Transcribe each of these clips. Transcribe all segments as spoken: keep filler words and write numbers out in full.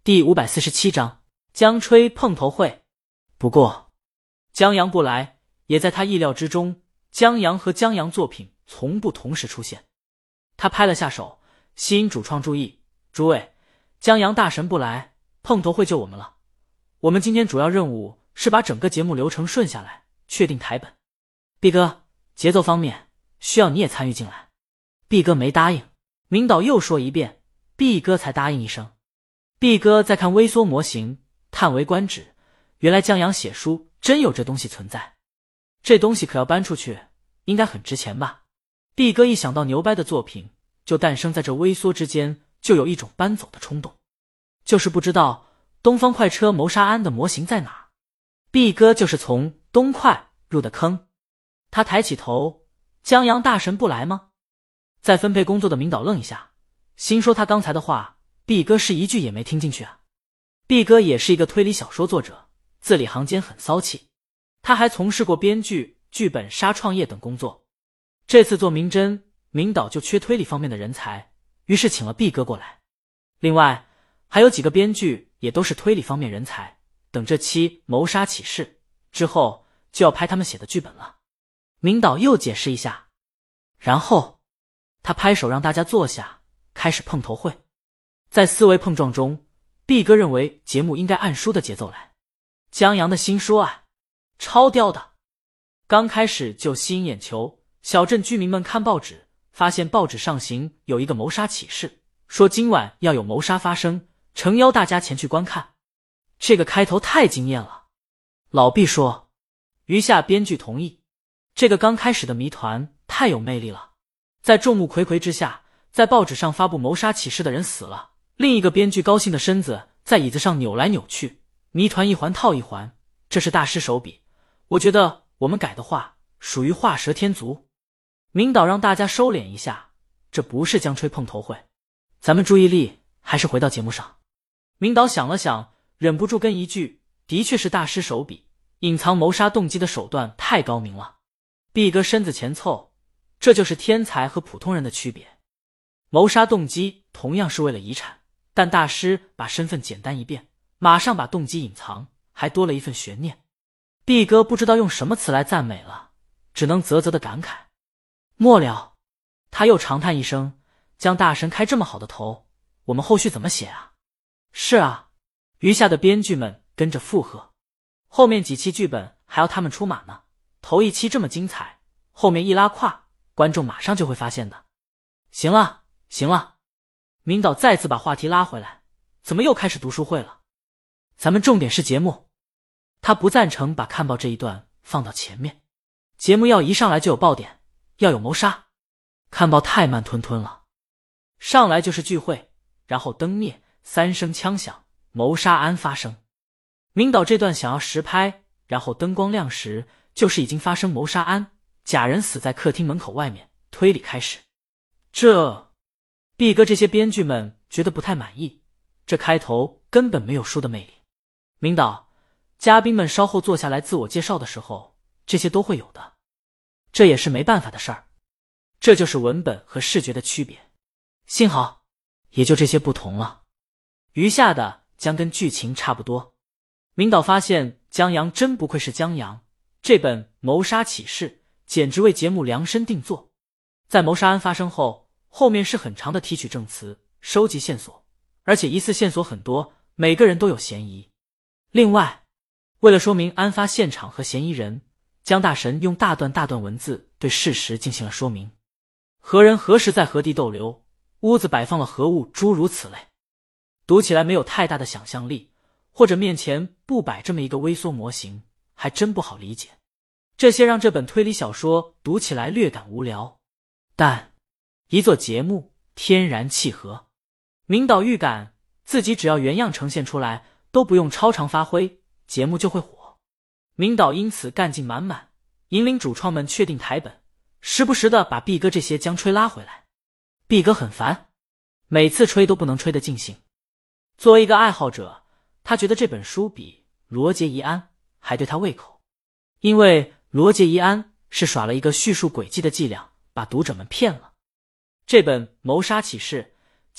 第五百四十七章江吹碰头会。不过江阳不来也在他意料之中，江阳和江阳作品从不同时出现。他拍了下手，吸引主创注意，诸位，江阳大神不来，碰头会就我们了。我们今天主要任务是把整个节目流程顺下来，确定台本。毕哥，节奏方面需要你也参与进来。毕哥没答应，明导又说一遍，毕哥才答应一声。毕哥在看微缩模型，叹为观止，原来江阳写书真有这东西存在。这东西可要搬出去，应该很值钱吧。毕哥一想到牛掰的作品，就诞生在这微缩之间，就有一种搬走的冲动。就是不知道东方快车谋杀案的模型在哪。毕哥就是从东快入的坑。他抬起头，江阳大神不来吗？在分配工作的明导愣一下，心说他刚才的话毕哥是一句也没听进去啊。毕哥也是一个推理小说作者，字里行间很骚气，他还从事过编剧、剧本杀创业等工作。这次做明侦，明导就缺推理方面的人才，于是请了毕哥过来。另外还有几个编剧也都是推理方面人才，等这期谋杀启事之后就要拍他们写的剧本了。明导又解释一下，然后他拍手让大家坐下，开始碰头会。在思维碰撞中，毕哥认为节目应该按书的节奏来。江阳的新说啊，超屌的，刚开始就吸引眼球。小镇居民们看报纸，发现报纸上行有一个谋杀启事，说今晚要有谋杀发生，诚邀大家前去观看。这个开头太惊艳了。老毕说，余下编剧同意。这个刚开始的谜团太有魅力了。在众目睽睽之下，在报纸上发布谋杀启事的人死了，另一个编剧高兴的身子在椅子上扭来扭去，谜团一环套一环，这是大师手笔。我觉得我们改的话属于画蛇添足。明导让大家收敛一下，这不是江吹碰头会，咱们注意力还是回到节目上。明导想了想，忍不住跟一句，的确是大师手笔，隐藏谋杀动机的手段太高明了。毕哥身子前凑，这就是天才和普通人的区别。谋杀动机同样是为了遗产，但大师把身份简单一变，马上把动机隐藏，还多了一份悬念。毕哥不知道用什么词来赞美了，只能啧啧的感慨。末了，他又长叹一声，江大神开这么好的头，我们后续怎么写啊？是啊，余下的编剧们跟着附和。后面几期剧本还要他们出马呢，头一期这么精彩，后面一拉胯，观众马上就会发现的。行了行了，明导再次把话题拉回来，怎么又开始读书会了？咱们重点是节目。他不赞成把看报这一段放到前面，节目要一上来就有爆点，要有谋杀，看报太慢吞吞了。上来就是聚会，然后灯灭，三声枪响，谋杀案发生。明导这段想要实拍，然后灯光亮时就是已经发生谋杀案，假人死在客厅门口外面，推理开始。这毕哥这些编剧们觉得不太满意，这开头根本没有书的魅力。明导，嘉宾们稍后坐下来自我介绍的时候，这些都会有的，这也是没办法的事儿。这就是文本和视觉的区别，幸好也就这些不同了，余下的将跟剧情差不多。明导发现江阳真不愧是江阳，这本谋杀启事简直为节目量身定做。在谋杀案发生后，后面是很长的提取证词，收集线索，而且疑似线索很多，每个人都有嫌疑。另外，为了说明案发现场和嫌疑人，江大神用大段大段文字对事实进行了说明，何人何时在何地逗留，屋子摆放了何物，诸如此类。读起来没有太大的想象力，或者面前不摆这么一个微缩模型，还真不好理解。这些让这本推理小说读起来略感无聊，但一做节目天然契合。明导预感自己只要原样呈现出来，都不用超常发挥，节目就会火。明导因此干劲满满，引领主创们确定台本，时不时的把毕哥这些将吹拉回来。毕哥很烦，每次吹都不能吹得尽兴。作为一个爱好者，他觉得这本书比罗杰疑案还对他胃口，因为罗杰疑案是耍了一个叙述轨迹的伎俩，把读者们骗了。这本谋杀启事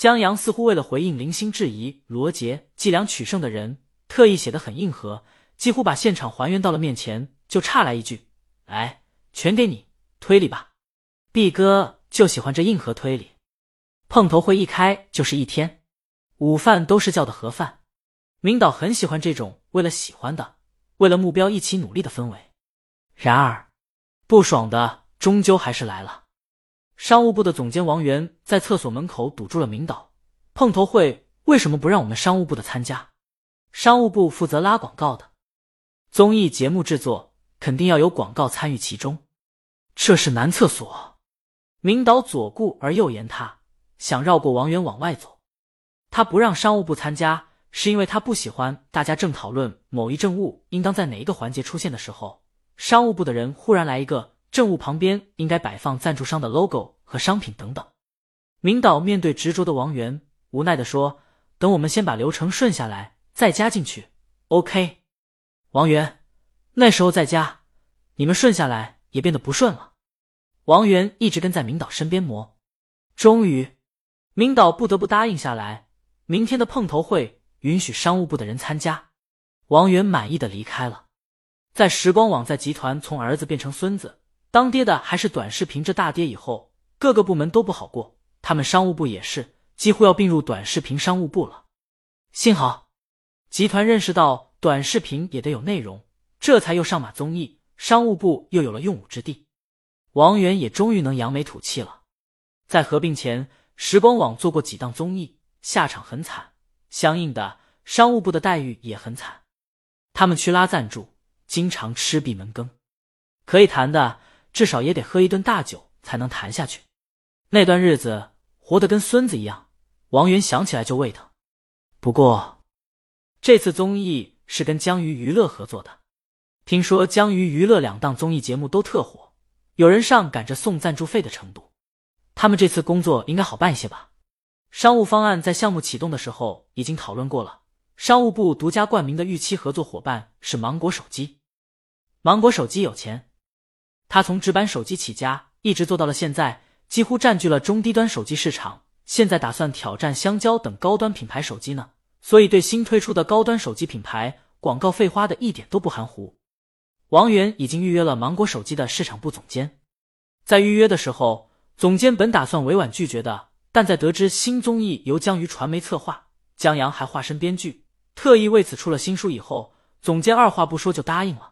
江阳似乎为了回应零星质疑罗杰计量取胜的人，特意写得很硬核，几乎把现场还原到了面前，就差来一句：来，全给你，推理吧。毕哥就喜欢这硬核推理。碰头会一开就是一天，午饭都是叫的盒饭。明导很喜欢这种为了喜欢的，为了目标一起努力的氛围。然而不爽的终究还是来了。商务部的总监王源在厕所门口堵住了明导，碰头会为什么不让我们商务部的参加？商务部负责拉广告的，综艺节目制作肯定要有广告参与其中。这是男厕所。明导左顾而右言他，想绕过王源往外走。他不让商务部参加，是因为他不喜欢大家正讨论某一政务应当在哪一个环节出现的时候，商务部的人忽然来一个政务旁边应该摆放赞助商的 logo 和商品等等。明导面对执着的王源，无奈地说，等我们先把流程顺下来再加进去 OK。 王源，那时候再加，你们顺下来也变得不顺了。王源一直跟在明导身边磨，终于明导不得不答应下来，明天的碰头会允许商务部的人参加。王源满意的离开了。在时光网在集团从儿子变成孙子，当爹的还是短视频这大爹以后，各个部门都不好过，他们商务部也是几乎要并入短视频商务部了。幸好集团认识到短视频也得有内容，这才又上马综艺，商务部又有了用武之地。王源也终于能扬眉吐气了。在合并前，时光网做过几档综艺，下场很惨，相应的商务部的待遇也很惨。他们去拉赞助，经常吃闭门羹，可以谈的至少也得喝一顿大酒才能谈下去。那段日子活得跟孙子一样，王源想起来就胃疼。不过这次综艺是跟江娱娱乐合作的，听说江娱娱乐两档综艺节目都特火，有人上赶着送赞助费的程度。他们这次工作应该好办一些吧。商务方案在项目启动的时候已经讨论过了，商务部独家冠名的预期合作伙伴是芒果手机。芒果手机有钱，他从直板手机起家，一直做到了现在，几乎占据了中低端手机市场，现在打算挑战香蕉等高端品牌手机呢，所以对新推出的高端手机品牌广告费花的一点都不含糊。王源已经预约了芒果手机的市场部总监。在预约的时候，总监本打算委婉拒绝的，但在得知新综艺由江娱传媒策划，江阳还化身编剧，特意为此出了新书以后，总监二话不说就答应了。